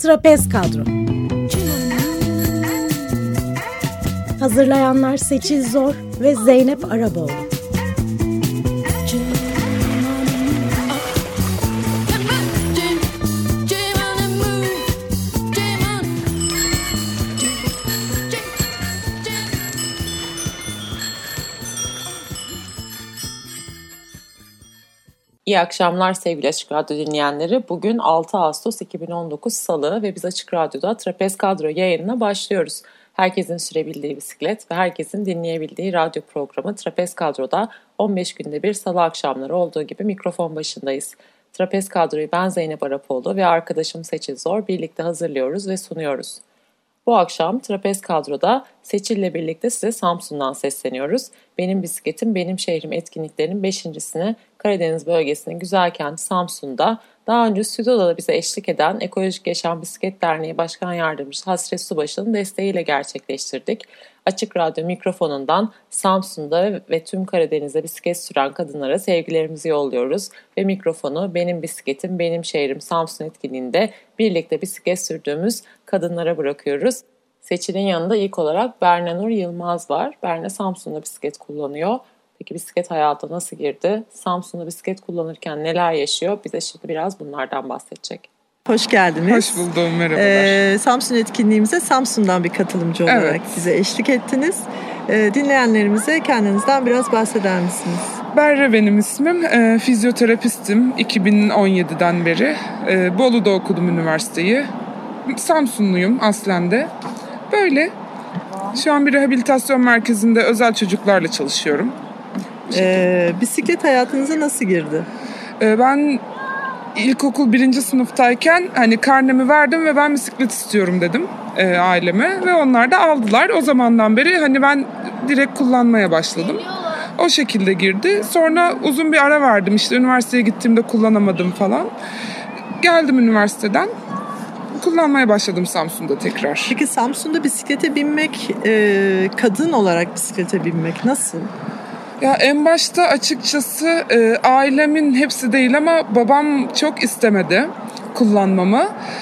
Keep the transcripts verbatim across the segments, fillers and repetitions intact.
Trapez Kadro. Hazırlayanlar Seçil Zor ve Zeynep Araboğlu. İyi akşamlar sevgili Açık Radyo dinleyenleri. Bugün altı Ağustos iki bin on dokuz Salı ve biz Açık Radyo'da Trapez Kadro yayınına başlıyoruz. Herkesin sürebildiği bisiklet ve herkesin dinleyebildiği radyo programı Trapez Kadro'da on beş günde bir salı akşamları olduğu gibi mikrofon başındayız. Trapez Kadro'yu ben Zeynep Arapoğlu ve arkadaşım Seçil Zor birlikte hazırlıyoruz ve sunuyoruz. Bu akşam Trapez Kadro'da Seçil'le birlikte size Samsun'dan sesleniyoruz. Benim Bisikletim, Benim Şehrim etkinliklerinin beşincisini Karadeniz bölgesinin güzel kenti Samsun'da daha önce stüdyoda da bize eşlik eden Ekolojik Yaşam Bisiklet Derneği Başkan Yardımcısı Hasret Subaşı'nın desteğiyle gerçekleştirdik. Açık Radyo mikrofonundan Samsun'da ve tüm Karadeniz'de bisiklet süren kadınlara sevgilerimizi yolluyoruz ve mikrofonu Benim Bisikletim, Benim Şehrim Samsun etkinliğinde birlikte bisiklet sürdüğümüz kadınlara bırakıyoruz. Seçil'in yanında ilk olarak Berna Nur Yılmaz var. Berna Samsun'da bisiklet kullanıyor. Peki bisiklet hayata nasıl girdi? Samsun'da bisiklet kullanırken neler yaşıyor? Bize şimdi biraz bunlardan bahsedecek. Hoş geldiniz. Hoş buldum, merhabalar. Ee, Samsun etkinliğimize Samsun'dan bir katılımcı olarak evet. bize eşlik ettiniz. Ee, dinleyenlerimize kendinizden biraz bahseder misiniz? Berra benim ismim. E, fizyoterapistim iki bin on yediden beri. E, Bolu'da okudum üniversiteyi. Samsunluyum aslen de. Böyle. Şu an bir rehabilitasyon merkezinde özel çocuklarla çalışıyorum. Ee, bisiklet hayatınıza nasıl girdi? Ee, ben ilkokul birinci sınıftayken hani karnemi verdim ve ben bisiklet istiyorum dedim e, aileme ve onlar da aldılar. O zamandan beri hani ben direkt kullanmaya başladım. O şekilde girdi. Sonra uzun bir ara verdim. İşte üniversiteye gittiğimde kullanamadım falan. Geldim üniversiteden. Kullanmaya başladım Samsun'da tekrar. Peki Samsun'da bisiklete binmek, e, kadın olarak bisiklete binmek nasıl? Ya en başta açıkçası e, ailemin hepsi değil ama babam çok istemedi kullanmamı.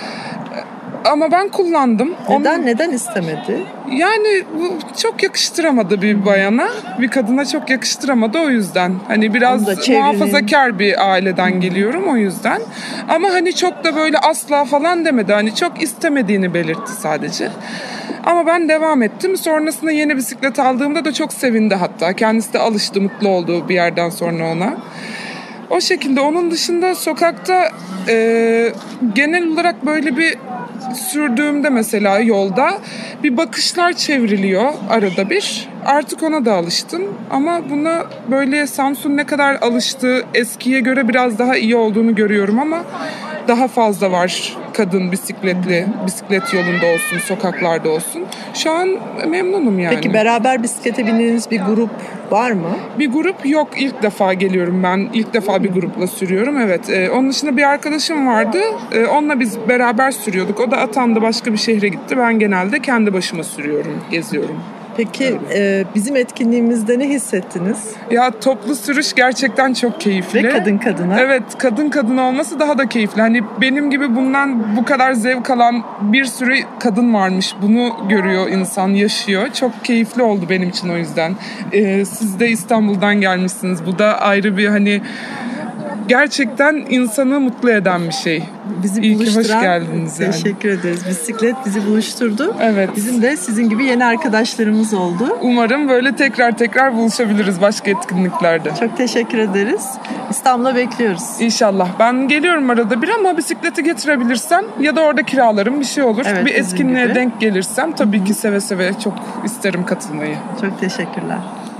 Ama ben kullandım. Neden? Onun... Neden istemedi? Yani bu çok yakıştıramadı bir bayana. Bir kadına çok yakıştıramadı o yüzden. Hani biraz çevrenin... muhafazakar bir aileden geliyorum o yüzden. Ama hani çok da böyle asla falan demedi. Hani çok istemediğini belirtti sadece. Ama ben devam ettim. Sonrasında yeni bisiklet aldığımda da çok sevindi hatta. Kendisi de alıştı, mutlu oldu bir yerden sonra ona. O şekilde. Onun dışında sokakta e, genel olarak böyle bir sürdüğümde mesela yolda bir bakışlar çevriliyor arada bir. Artık ona da alıştım ama buna böyle Samsun ne kadar alıştı, eskiye göre biraz daha iyi olduğunu görüyorum ama daha fazla var kadın bisikletli, bisiklet yolunda olsun, sokaklarda olsun. Şu an memnunum yani. Peki beraber bisiklete bindiğiniz bir grup var mı? Bir grup yok. İlk defa geliyorum ben. İlk defa bir grupla sürüyorum. Evet. Ee, onun dışında bir arkadaşım vardı. Ee, onunla biz beraber sürüyorduk. O da atandı, başka bir şehre gitti. Ben genelde kendi başıma sürüyorum, geziyorum. Peki e, bizim etkinliğimizde ne hissettiniz? Ya toplu sürüş gerçekten çok keyifli. Ve kadın kadına. Evet, kadın kadına olması daha da keyifli. Hani benim gibi bundan bu kadar zevk alan bir sürü kadın varmış. Bunu görüyor insan, yaşıyor. Çok keyifli oldu benim için o yüzden. Ee, siz de İstanbul'dan gelmişsiniz. Bu da ayrı bir hani gerçekten insanı mutlu eden bir şey. Bizi İyi buluşturan, ki hoş geldiniz yani. Teşekkür ederiz. Bisiklet bizi buluşturdu. Evet. Bizim de sizin gibi yeni arkadaşlarımız oldu. Umarım böyle tekrar tekrar buluşabiliriz başka etkinliklerde. Çok teşekkür ederiz. İstanbul'a bekliyoruz. İnşallah. Ben geliyorum arada bir ama bisikleti getirebilirsem ya da orada kiralarım bir şey olur. Evet, bir etkinliğe gibi. denk gelirsem tabii Hı-hı. ki seve seve çok isterim katılmayı. Çok teşekkürler.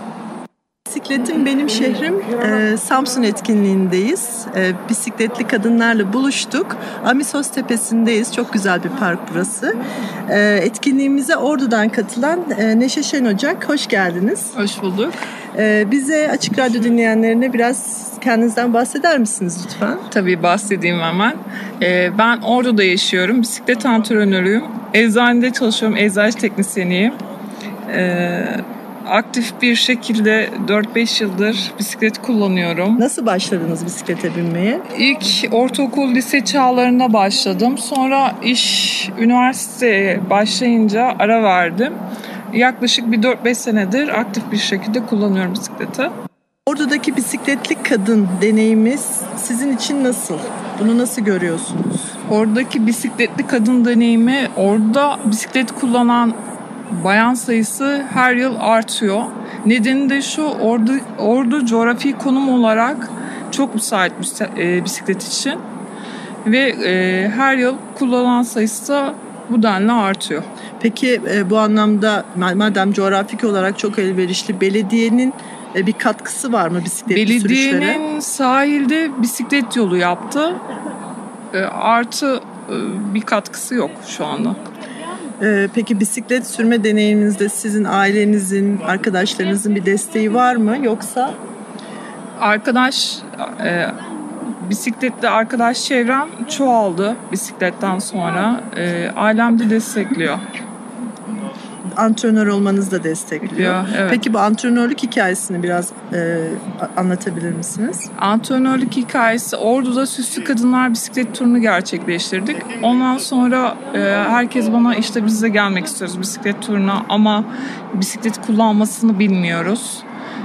Bisikletim Benim Şehrim e, Samsun etkinliğindeyiz. E, bisikletli kadınlarla buluştuk. Amisos Tepesi'ndeyiz. Çok güzel bir park burası. E, etkinliğimize Ordu'dan katılan e, Neşe Şen Ocak. Hoş geldiniz. Hoş bulduk. E, bize Açık Radyo dinleyenlerine biraz kendinizden bahseder misiniz lütfen? Tabii bahsedeyim hemen. E, ben Ordu'da yaşıyorum. Bisiklet antrenörüyüm. Eczanede çalışıyorum. Eczacı teknisyeniyim. E, aktif bir şekilde dört beş yıldır bisiklet kullanıyorum. Nasıl başladınız bisiklete binmeye? İlk ortaokul, lise çağlarında başladım. Sonra iş, üniversiteye başlayınca ara verdim. Yaklaşık bir dört beş senedir aktif bir şekilde kullanıyorum bisikleti. Ordu'daki bisikletli kadın deneyimiz sizin için nasıl? Bunu nasıl görüyorsunuz? Oradaki bisikletli kadın deneyimi, orada bisiklet kullanan bayan sayısı her yıl artıyor. Nedeni de şu, Ordu, Ordu coğrafi konum olarak çok müsait bisiklet için. Ve e, her yıl kullanan sayısı da bu denli artıyor. Peki e, bu anlamda madem coğrafik olarak çok elverişli, belediyenin bir katkısı var mı bisikletli Belediyenin sürüşlere? Belediyenin sahilde bisiklet yolu yaptı. E, artı e, bir katkısı yok şu anda. E, peki bisiklet sürme deneyiminizde sizin ailenizin, arkadaşlarınızın bir desteği var mı yoksa? Arkadaş, e, bisikletli arkadaş çevrem çoğaldı bisikletten sonra. E, ailem de destekliyor. Antrenör olmanız da destekliyor. Ya, evet. Peki bu antrenörlük hikayesini biraz e, anlatabilir misiniz? Antrenörlük hikayesi, Ordu'da Süslü Kadınlar bisiklet turunu gerçekleştirdik. Ondan sonra e, herkes bana işte biz de gelmek istiyoruz bisiklet turuna ama bisiklet kullanmasını bilmiyoruz.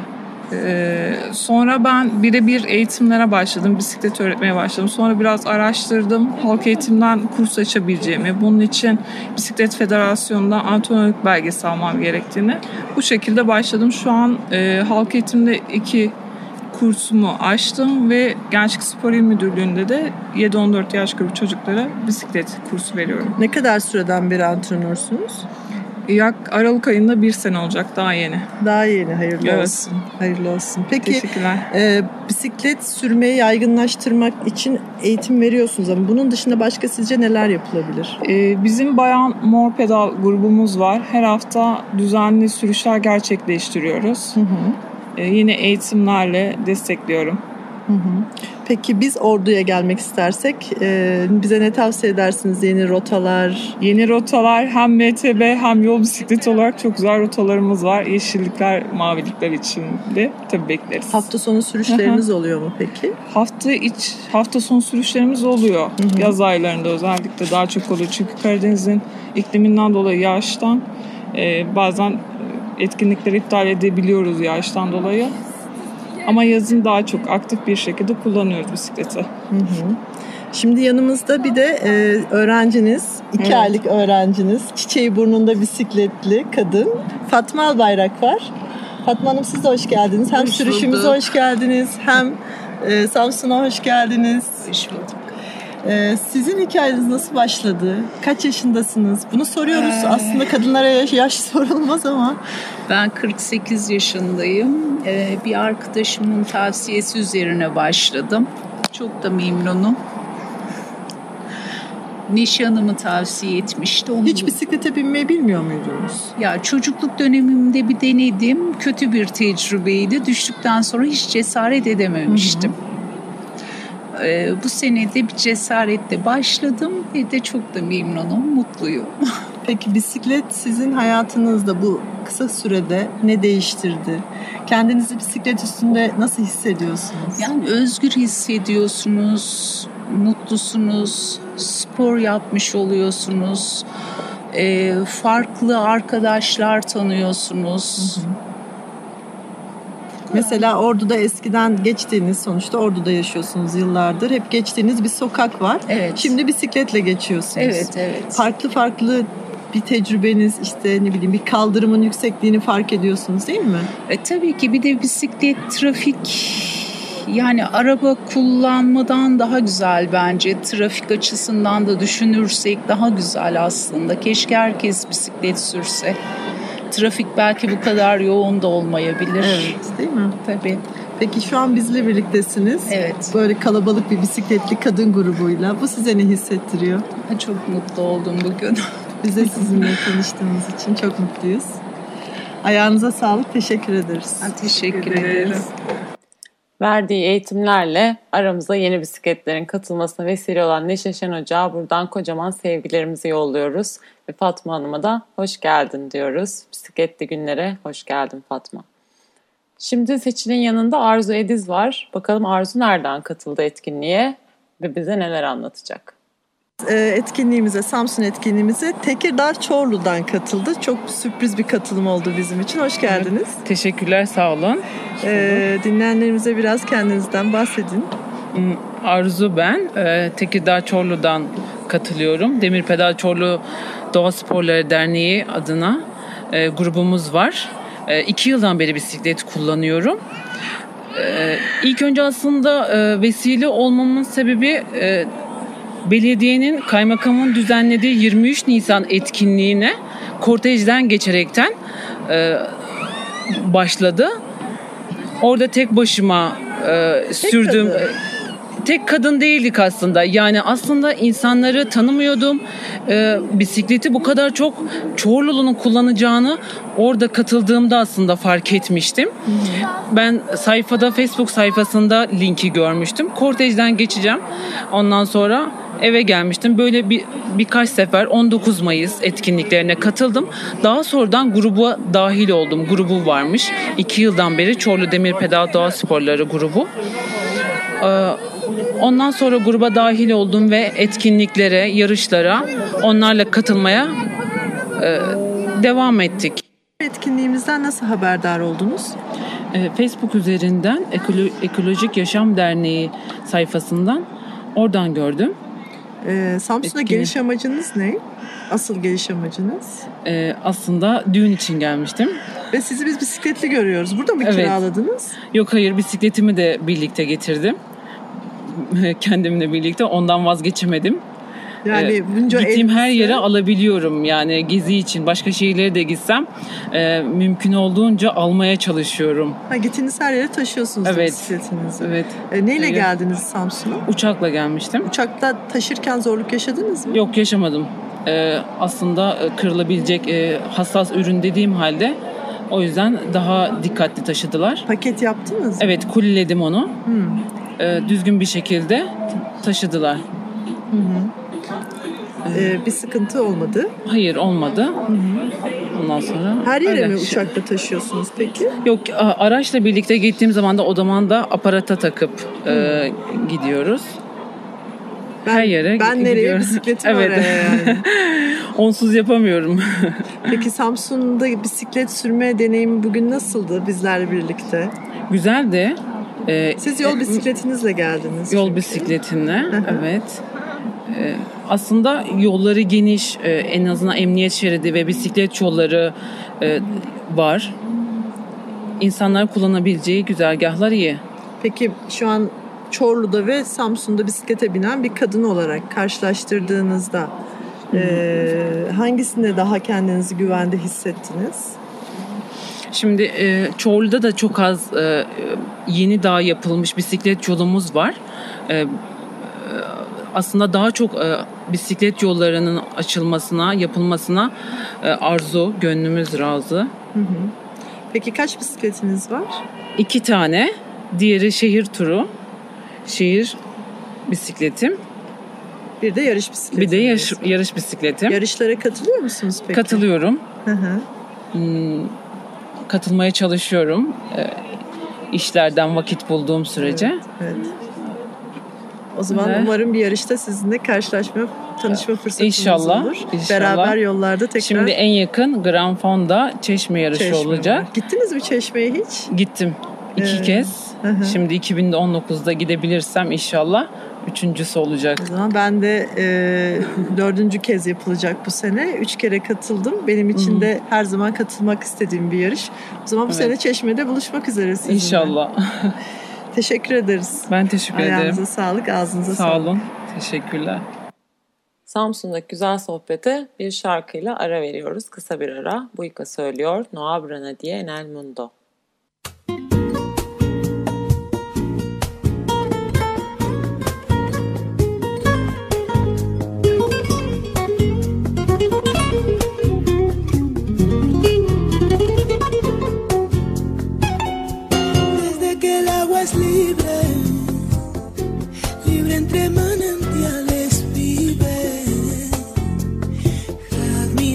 Ee, sonra ben birebir eğitimlere başladım, bisiklet öğretmeye başladım. Sonra biraz araştırdım, halk eğitimden kurs açabileceğimi, bunun için Bisiklet Federasyonu'ndan antrenörlük belgesi almam gerektiğini. Bu şekilde başladım. Şu an e, halk eğitimde iki kursumu açtım ve Gençlik Spor İl Müdürlüğü'nde de yedi on dört yaş grubu çocuklara bisiklet kursu veriyorum. Ne kadar süreden beri antrenörsünüz? Yak Aralık ayında bir sene olacak, daha yeni. Daha yeni, hayırlı evet. olsun. Hayırlı olsun. Peki teşekkürler. E, bisiklet sürmeyi yaygınlaştırmak için eğitim veriyorsunuz ama bunun dışında başka sizce neler yapılabilir? E, bizim Bayan Mor Pedal grubumuz var. Her hafta düzenli sürüşler gerçekleştiriyoruz. Hı hı. E, yine eğitimlerle destekliyorum. Hı hı. Peki biz Ordu'ya gelmek istersek e, bize ne tavsiye edersiniz? Yeni rotalar? Yeni rotalar hem M T B hem yol bisikleti olarak çok güzel rotalarımız var. Yeşillikler, mavilikler için de tabii bekleriz. Hafta sonu sürüşleriniz oluyor mu peki? Hafta iç, hafta sonu sürüşlerimiz oluyor. Hı hı. Yaz aylarında özellikle daha çok oluyor. Çünkü Karadeniz'in ikliminden dolayı yağıştan e, bazen etkinlikleri iptal edebiliyoruz yağıştan dolayı. Ama yazın daha çok aktif bir şekilde kullanıyoruz bisikleti. Hı hı. Şimdi yanımızda bir de e, öğrenciniz, iki evet. aylık öğrenciniz, çiçeği burnunda bisikletli kadın Fatma Albayrak var. Fatma Hanım siz de hoş geldiniz. Hem hoş sürüşümüze bulduk. Hoş geldiniz hem e, Samsun'a hoş geldiniz. Hoş bulduk. Ee, sizin hikayeniz nasıl başladı? Kaç yaşındasınız? Bunu soruyoruz. Ee, Aslında kadınlara yaş, yaş sorulmaz ama. Ben kırk sekiz yaşındayım. Ee, bir arkadaşımın tavsiyesi üzerine başladım. Çok da memnunum. Neşe Hanım'ı tavsiye etmişti. Onu Hiç bisiklete binmeyi bilmiyor muydunuz? Ya çocukluk dönemimde bir denedim. Kötü bir tecrübeydi. Düştükten sonra hiç cesaret edememiştim. Hı hı. Bu sene de bir cesaretle başladım ve de çok da memnunum, mutluyum. Peki bisiklet sizin hayatınızda bu kısa sürede ne değiştirdi? Kendinizi bisiklet üstünde nasıl hissediyorsunuz? Yani özgür hissediyorsunuz, mutlusunuz, spor yapmış oluyorsunuz, farklı arkadaşlar tanıyorsunuz. Hı hı. Mesela Ordu'da eskiden geçtiğiniz, sonuçta Ordu'da yaşıyorsunuz yıllardır. Hep geçtiğiniz bir sokak var. Evet. Şimdi bisikletle geçiyorsunuz. Evet, evet. Farklı farklı bir tecrübeniz, işte ne bileyim bir kaldırımın yüksekliğini fark ediyorsunuz değil mi? E, tabii ki bir de bisiklet, trafik, yani araba kullanmadan daha güzel bence. Trafik açısından da düşünürsek daha güzel aslında. Keşke herkes bisiklet sürse. Trafik belki bu kadar yoğun da olmayabilir. Evet, değil mi? Tabii. Peki şu an bizle birliktesiniz. Evet. Böyle kalabalık bir bisikletli kadın grubuyla. Bu size ne hissettiriyor? Çok mutlu oldum bugün. Biz de sizinle tanıştığımız için çok mutluyuz. Ayağınıza sağlık, teşekkür ederiz. Ben teşekkür ederim. Verdiği eğitimlerle aramıza yeni bisikletlerin katılmasına vesile olan Neşe Şen Hoca'ya buradan kocaman sevgilerimizi yolluyoruz. Ve Fatma Hanım'a da hoş geldin diyoruz. Bisikletli günlere hoş geldin Fatma. Şimdi Seçil'in yanında Arzu Ediz var. Bakalım Arzu nereden katıldı etkinliğe ve bize neler anlatacak? Etkinliğimize, Samsun etkinliğimize Tekirdağ Çorlu'dan katıldı. Çok sürpriz bir katılım oldu bizim için. Hoş geldiniz. Evet, teşekkürler, sağ olun. Ee, dinleyenlerimize biraz kendinizden bahsedin. Arzu ben. Ee, Tekirdağ Çorlu'dan katılıyorum. Demirpedal Çorlu Doğa Sporları Derneği adına e, grubumuz var. E, iki yıldan beri bisiklet kullanıyorum. E, ilk önce aslında e, vesile olmamın sebebi e, belediyenin, kaymakamın düzenlediği yirmi üç Nisan etkinliğine kortejden geçerekten e, başladı. Orada tek başıma e, tek sürdüm. Kadın. Tek kadın değildik aslında. Yani aslında insanları tanımıyordum. E, bisikleti bu kadar çok Çorlu'nun kullanacağını orada katıldığımda aslında fark etmiştim. Hı hı. Ben sayfada, Facebook sayfasında linki görmüştüm. Kortejden geçeceğim. Ondan sonra eve gelmiştim. Böyle bir birkaç sefer on dokuz Mayıs etkinliklerine katıldım. Daha sonradan gruba dahil oldum. Grubu varmış. İki yıldan beri Çorlu Demirpedal Doğa Sporları grubu. Ondan sonra gruba dahil oldum ve etkinliklere, yarışlara onlarla katılmaya devam ettik. Etkinliğimizden nasıl haberdar oldunuz? Facebook üzerinden Ekolo- Ekolojik Yaşam Derneği sayfasından oradan gördüm. Ee, Samsun'a Etkinlik. geliş amacınız ne? Asıl geliş amacınız? Ee, aslında düğün için gelmiştim. Ve sizi biz bisikletli görüyoruz. Burada mı evet. kiraladınız? Yok hayır, bisikletimi de birlikte getirdim. Kendimle birlikte, ondan vazgeçemedim. Yani ee, bunca gittiğim elbise... her yere alabiliyorum. Yani gezi için başka şehirlere de gitsem e, mümkün olduğunca almaya çalışıyorum. Ha, gittiğiniz her yere taşıyorsunuz evet. bisikletinizi. Evet. E, neyle evet. geldiniz Samsun'a? Uçakla gelmiştim. Uçakta taşırken zorluk yaşadınız mı? Yok, yaşamadım. Ee, aslında kırılabilecek e, hassas ürün dediğim halde o yüzden daha dikkatli taşıdılar. Paket yaptınız mı? Evet, kuliledim onu. Hmm. Ee, düzgün bir şekilde taşıdılar. Hı hı. Ee, bir sıkıntı olmadı. Hayır, olmadı. Hı hı. Ondan sonra her yere öyle. mi uçakla taşıyorsunuz peki? Yok, araçla birlikte gittiğim zaman da o zaman da aparata takıp e, gidiyoruz. Ben, her yere ben nereye gidiyorum. bisikletim evet. oraya yani. Onsuz yapamıyorum. Peki Samsun'da bisiklet sürme deneyimi bugün nasıldı bizlerle birlikte? Güzeldi. Ee, Siz yol bisikletinizle geldiniz. Yol çünkü. bisikletinle, evet. Ee, aslında yolları geniş, e, en azından emniyet şeridi ve bisiklet yolları e, var. İnsanlar kullanabileceği güzergahlar iyi. Peki şu an Çorlu'da ve Samsun'da bisiklete binen bir kadın olarak karşılaştırdığınızda e, hangisinde daha kendinizi güvende hissettiniz? Şimdi e, Çorlu'da da çok az e, yeni daha yapılmış bisiklet yolumuz var. E, aslında daha çok e, bisiklet yollarının açılmasına, yapılmasına e, arzu, gönlümüz razı. Hı hı. Peki kaç bisikletiniz var? İki tane. Diğeri şehir turu. Şehir bisikletim. Bir de yarış bisikleti. Bir de yarış, yarış bisikletim. Yarışlara katılıyor musunuz peki? Katılıyorum. Hı hı. Hmm, katılmaya çalışıyorum. E, işlerden vakit bulduğum sürece. Evet, evet. O zaman evet. umarım bir yarışta sizinle karşılaşma, tanışma fırsatımız İnşallah, olur. İnşallah. Beraber yollarda tekrar. Şimdi en yakın Grand Fonda Çeşme yarışı Çeşme. olacak. Gittiniz mi Çeşme'ye hiç? Gittim. İki ee, kez. Hı-hı. Şimdi iki bin on dokuzda gidebilirsem inşallah üçüncüsü olacak. O zaman ben de e, dördüncü kez yapılacak bu sene. Üç kere katıldım. Benim için Hı-hı. de her zaman katılmak istediğim bir yarış. O zaman bu evet. sene Çeşme'de buluşmak üzere sizinle. İnşallah. Teşekkür ederiz. Ben teşekkür Ayağınıza ederim. Ayağınıza sağlık, ağzınıza Sağ sağlık. Sağ olun. Teşekkürler. Samsun'daki güzel sohbete bir şarkıyla ara veriyoruz. Kısa bir ara. Buyka söylüyor. No abra nadie en el mundo. Entre manantiales vive,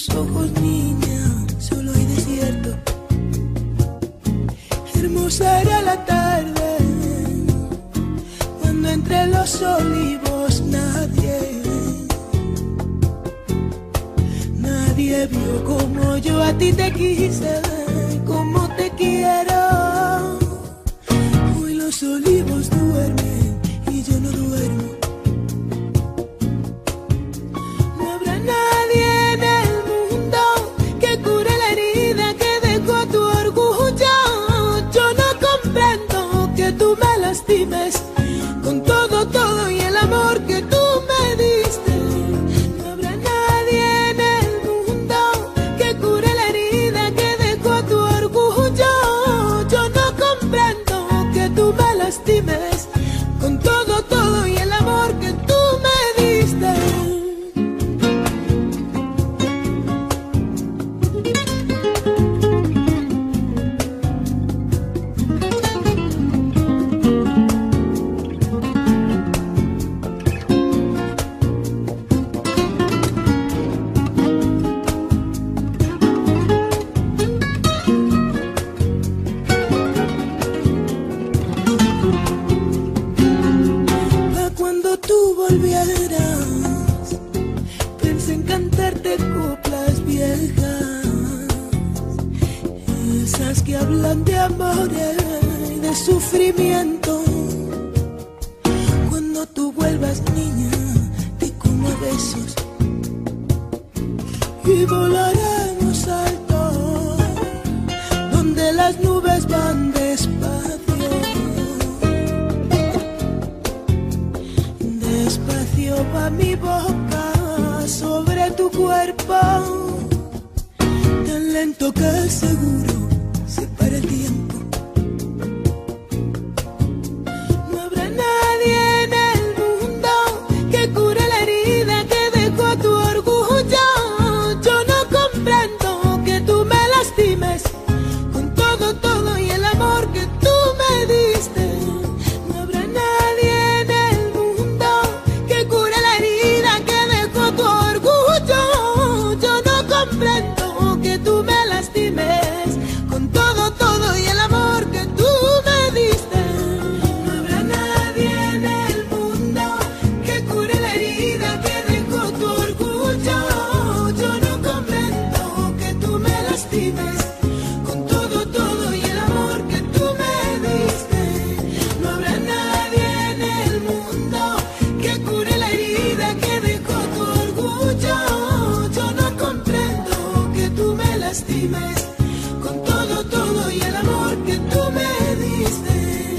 tus ojos, niña, solo hay desierto. Hermosa era la tarde, cuando entre los olivos nadie, nadie vio como yo a ti te quise, como te quiero. Hoy los olivos duermen y yo no duermo. No habrá nadie en el mundo que cure la herida que dejó tu orgullo. Yo no comprendo que tú me lastimes con todo, todo y el amor que tú me diste. No habrá nadie en el mundo que cure la herida que dejó tu orgullo. Yo no comprendo que tú me lastimes con todo, todo y el amor que tú me diste. Pa' cuando tú volvieras, pensé en cantarte coplas viejas, esas que hablan de amor y de sufrimiento. Cuando tú vuelvas, niña, te como a besos y volaremos alto, donde las nubes van despacio, despacio va mi boca sobre tu cuerpo, tan lento que seguro se para el tiempo. No habrá nadie en el mundo que cure la herida que dejó tu orgullo. Yo no comprendo que tú me lastimes con todo, todo y el amor que tú me diste. No habrá nadie en el mundo que cure la herida que dejó tu orgullo. Yo no comprendo que tú me lastimes con todo, todo y el amor que tú me diste. No habrá nadie en el mundo que cure la herida que dejó tu orgullo. Yo no comprendo que tú me lastimes con todo, todo y el amor que tú me diste. No habrá nadie en el mundo que cure la herida que dejó tu orgullo. Yo no comprendo que tú me lastimes con todo, todo y el amor que tú me diste.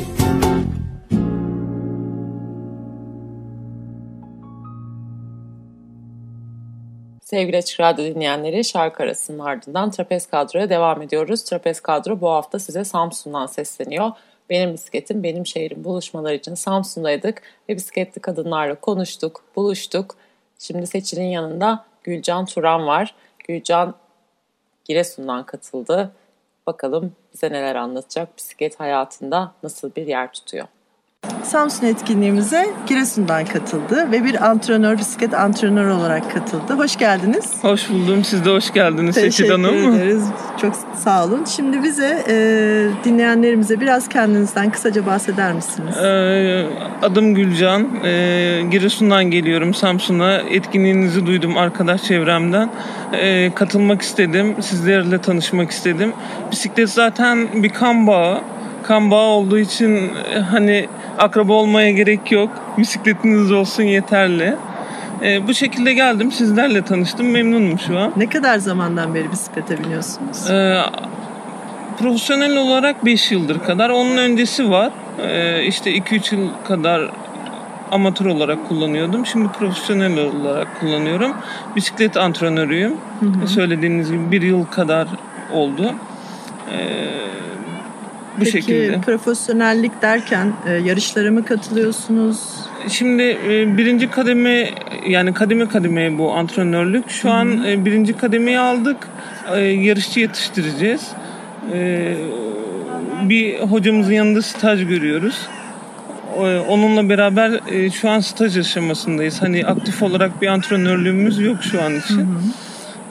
Sevgili Açık Radyo dinleyenleri, şarkı arasının ardından Trapez Kadro'ya devam ediyoruz. Trapez Kadro bu hafta size Samsun'dan sesleniyor. Benim bisikletim, benim şehrim buluşmaları için Samsun'daydık ve bisikletli kadınlarla konuştuk, buluştuk. Şimdi Seçil'in yanında Gülcan Turan var. Gülcan Giresun'dan katıldı. Bakalım bize neler anlatacak, bisiklet hayatında nasıl bir yer tutuyor. Samsun etkinliğimize Giresun'dan katıldı ve bir antrenör, bisiklet antrenörü olarak katıldı. Hoş geldiniz. Hoş buldum. Siz de hoş geldiniz Seçil Hanım. Teşekkür ederiz. Çok sağ olun. Şimdi bize e, dinleyenlerimize biraz kendinizden kısaca bahseder misiniz? Ee, adım Gülcan. Ee, Giresun'dan geliyorum Samsun'a. Etkinliğinizi duydum arkadaş çevremden. Ee, katılmak istedim. Sizlerle tanışmak istedim. Bisiklet zaten bir kan bağı. Kan bağı olduğu için hani akraba olmaya gerek yok. Bisikletiniz olsun yeterli. Ee, bu şekilde geldim. Sizlerle tanıştım. Memnunum şu an. Ne kadar zamandan beri bisiklete biniyorsunuz? Ee, profesyonel olarak beş yıldır kadar. Onun öncesi var. Ee, işte iki üç yıl kadar amatör olarak kullanıyordum. Şimdi profesyonel olarak kullanıyorum. Bisiklet antrenörüyüm. Hı hı. Söylediğiniz gibi bir yıl kadar oldu. Ee, Bu Peki şekilde. Profesyonellik derken e, yarışlara mı katılıyorsunuz? Şimdi e, birinci kademe, yani kademe kademeye bu antrenörlük. Şu Hı-hı. an e, birinci kademeyi aldık. E, yarışçı yetiştireceğiz. E, bir hocamızın yanında staj görüyoruz. E, onunla beraber e, şu an staj aşamasındayız. Hani aktif olarak bir antrenörlüğümüz yok şu an için.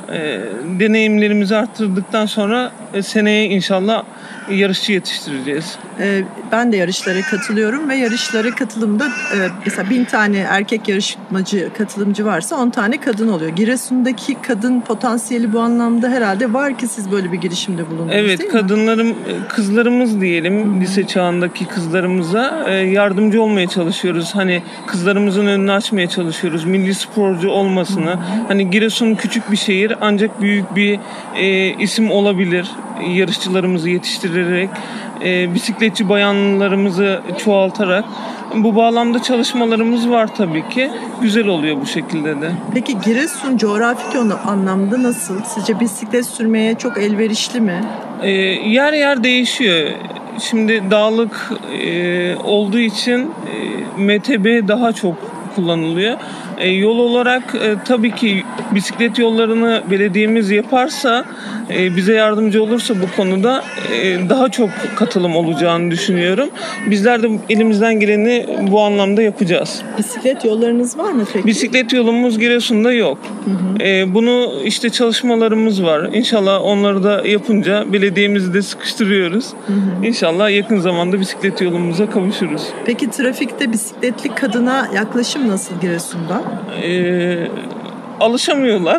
E, deneyimlerimizi arttırdıktan sonra e, seneye inşallah yarışçı yetiştireceğiz. Ee, ben de yarışlara katılıyorum ve yarışlara katılımda e, mesela bin tane erkek yarışmacı, katılımcı varsa on tane kadın oluyor. Giresun'daki kadın potansiyeli bu anlamda herhalde var ki siz böyle bir girişimde bulundunuz, evet, değil kadınlarım, kızlarımız diyelim, Hı-hı. lise çağındaki kızlarımıza e, yardımcı olmaya çalışıyoruz. Hani kızlarımızın önünü açmaya çalışıyoruz. Milli sporcu olmasını. Hı-hı. Hani Giresun küçük bir şehir ancak büyük bir e, isim olabilir. Yarışçılarımızı yetiştirerek, e, bisikletçi bayanlarımızı çoğaltarak bu bağlamda çalışmalarımız var tabii ki. Güzel oluyor bu şekilde de. Peki Giresun coğrafik anlamda nasıl? Sizce bisiklet sürmeye çok elverişli mi? E, yer yer değişiyor. Şimdi dağlık e, olduğu için e, M T B daha çok kullanılıyor. E, yol olarak e, tabii ki bisiklet yollarını belediyemiz yaparsa, e, bize yardımcı olursa bu konuda e, daha çok katılım olacağını düşünüyorum. Bizler de elimizden geleni bu anlamda yapacağız. Bisiklet yollarınız var mı peki? Bisiklet yolumuz Giresun'da yok. Hı hı. E, bunu işte çalışmalarımız var. İnşallah onları da yapınca belediyemizi de sıkıştırıyoruz. Hı hı. İnşallah yakın zamanda bisiklet yolumuza kavuşuruz. Peki trafikte bisikletli kadına yaklaşım nasıl Giresun'da? Ee, alışamıyorlar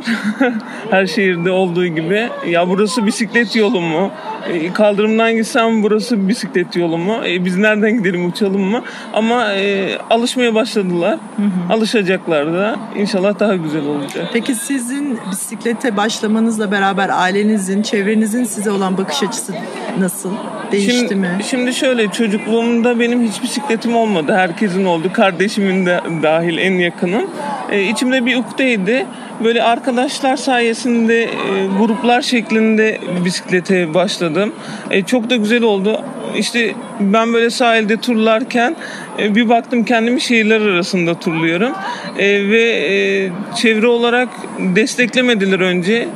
her şehirde olduğu gibi. Ya burası bisiklet yolu mu? Ee, kaldırımdan gitsem burası bisiklet yolu mu? Ee, biz nereden gidelim, uçalım mı? Ama e, alışmaya başladılar. Hı hı. Alışacaklar da. İnşallah daha güzel olacak. Peki sizin bisiklete başlamanızla beraber ailenizin, çevrenizin size olan bakış açısı nasıl? Değişti şimdi, mi? Şimdi şöyle, çocukluğumda benim hiç bisikletim olmadı. Herkesin oldu. Kardeşimin de dahil, en yakınım. Ee, içimde bir ukdeydi. Böyle arkadaşlar sayesinde e, gruplar şeklinde bisiklete başladım. E, çok da güzel oldu. İşte ben böyle sahilde turlarken e, bir baktım kendimi şehirler arasında turluyorum. E, ve e, çevre olarak desteklemediler önce.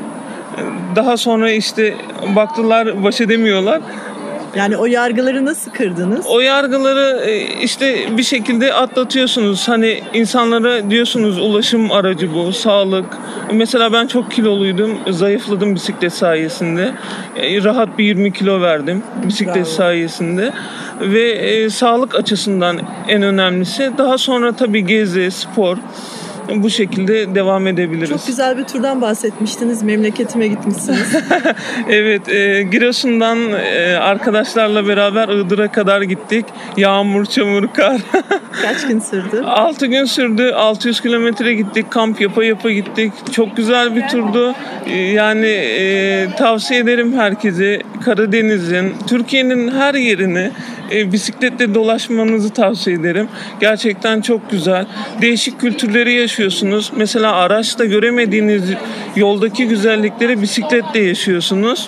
Daha sonra işte baktılar baş edemiyorlar. Yani o yargıları nasıl kırdınız? O yargıları işte bir şekilde atlatıyorsunuz. Hani insanlara diyorsunuz ulaşım aracı bu, sağlık. Mesela ben çok kiloluydum, zayıfladım bisiklet sayesinde. Rahat bir yirmi kilo verdim bisiklet Bravo. sayesinde. Ve e, sağlık açısından en önemlisi. Daha sonra tabii gezi, spor. Bu şekilde devam edebiliriz. Çok güzel bir turdan bahsetmiştiniz. Memleketime gitmişsiniz. Evet, e, Giresun'dan e, arkadaşlarla beraber Iğdır'a kadar gittik. Yağmur, çamur, kar. Kaç gün sürdü? altı gün sürdü. altı yüz kilometre gittik. Kamp yapa yapa gittik. Çok güzel bir turdu. E, yani e, tavsiye ederim herkese. Karadeniz'in, Türkiye'nin her yerini e, bisikletle dolaşmanızı tavsiye ederim. Gerçekten çok güzel. Değişik kültürleri yaşıyorsunuz. Mesela araçla göremediğiniz yoldaki güzellikleri bisikletle yaşıyorsunuz.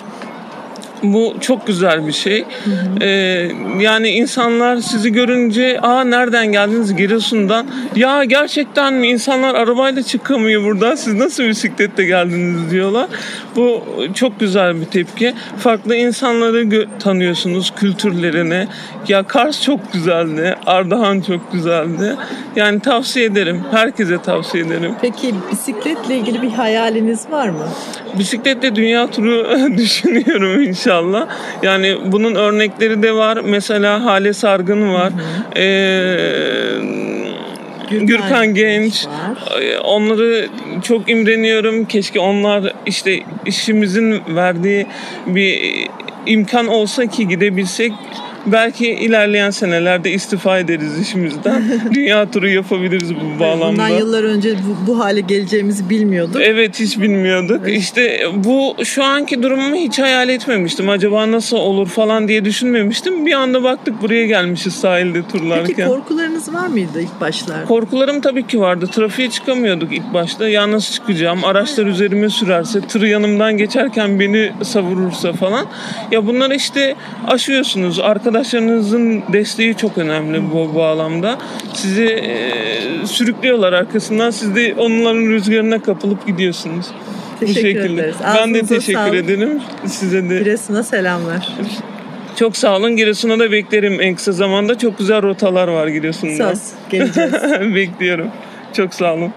Bu çok güzel bir şey. Hı hı. Ee, yani insanlar sizi görünce, aa nereden geldiniz? Giresun'dan. Ya gerçekten mi? İnsanlar arabayla çıkamıyor buradan. Siz nasıl bisikletle geldiniz diyorlar. Bu çok güzel bir tepki. Farklı insanları gö- tanıyorsunuz, kültürlerini. Ya Kars çok güzeldi. Ardahan çok güzeldi. Yani tavsiye ederim. Herkese tavsiye ederim. Peki bisikletle ilgili bir hayaliniz var mı? Bisikletle dünya turu düşünüyorum inşallah. Yani bunun örnekleri de var. Mesela Hale Sargın var. Hı hı. Ee, Gürkan, Gürkan Genç. Var. Onları çok imreniyorum. Keşke onlar işte işimizin verdiği bir imkan olsa ki gidebilsek. Belki ilerleyen senelerde istifa ederiz işimizden. Dünya turu yapabiliriz bu bağlamda. Bundan yıllar önce bu, bu hale geleceğimizi bilmiyorduk. Evet, hiç bilmiyorduk. Evet. İşte bu şu anki durumumu hiç hayal etmemiştim. Acaba nasıl olur falan diye düşünmemiştim. Bir anda baktık buraya gelmişiz sahilde turlarken. Peki korkularınız var mıydı ilk başlarda? Korkularım tabii ki vardı. Trafiğe çıkamıyorduk ilk başta. Ya nasıl çıkacağım? Araçlar üzerime sürerse, tır yanımdan geçerken beni savurursa falan. Ya bunları işte aşıyorsunuz. Arka Arkadaşlarınızın desteği çok önemli bu bağlamda. Sizi e, sürüklüyorlar arkasından. Siz de onların rüzgarına kapılıp gidiyorsunuz. Teşekkür ederiz. Ben de teşekkür ederim. Size de. Giresun'a selamlar. Çok sağ olun. Giresun'a da beklerim en kısa zamanda. Çok güzel rotalar var Giresun'da. Söz. Geleceğiz. Bekliyorum. Çok sağ olun.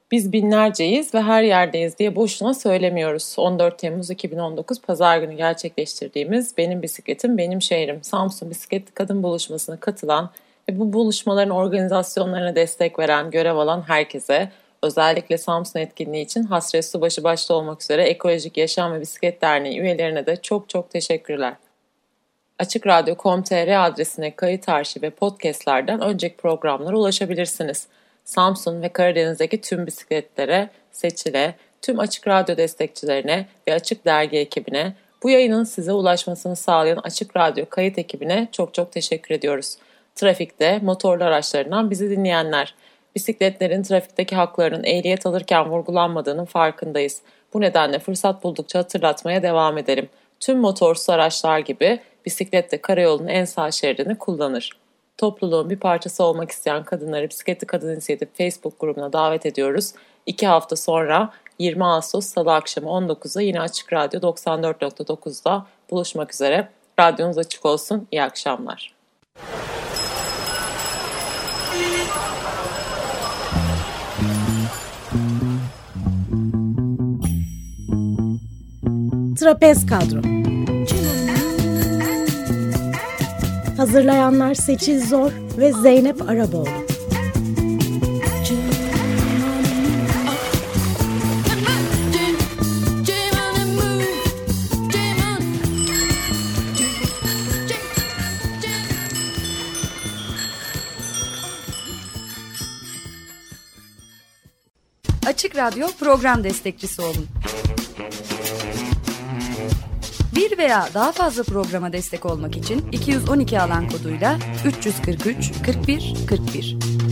Biz binlerceyiz ve her yerdeyiz diye boşuna söylemiyoruz. on dört Temmuz iki bin on dokuz Pazar günü gerçekleştirdiğimiz Benim Bisikletim Benim Şehrim Samsun Bisikletli Kadın Buluşması'na katılan ve bu buluşmaların organizasyonlarına destek veren, görev alan herkese, özellikle Samsun etkinliği için Hasret Subaşı başta olmak üzere Ekolojik Yaşam ve Bisiklet Derneği üyelerine de çok çok teşekkürler. Açık Radyo nokta com nokta tr adresine kayıt arşiv ve podcastlerden önceki programlara ulaşabilirsiniz. Samsun ve Karadeniz'deki tüm bisikletlere, Seçil'e, tüm Açık Radyo destekçilerine ve Açık Dergi ekibine, bu yayının size ulaşmasını sağlayan Açık Radyo kayıt ekibine çok çok teşekkür ediyoruz. Trafikte, motorlu araçlarından bizi dinleyenler, bisikletlerin trafikteki haklarının ehliyet alırken vurgulanmadığının farkındayız. Bu nedenle fırsat buldukça hatırlatmaya devam edelim. Tüm motorsuz araçlar gibi bisiklet de karayolunun en sağ şeridini kullanır. Topluluğun bir parçası olmak isteyen kadınları Bisikletli Kadın İnisiyatif Facebook grubuna davet ediyoruz. İki hafta sonra yirmi Ağustos Salı akşamı on dokuzda yine Açık Radyo doksan dört nokta dokuzda buluşmak üzere. Radyonuz açık olsun. İyi akşamlar. Trapez Kadro. Hazırlayanlar Seçil Zor ve Zeynep Araboğlu. Açık Radyo program destekçisi olun. Bir veya daha fazla programa destek olmak için iki yüz on iki alan koduyla üç yüz kırk üç kırk bir kırk bir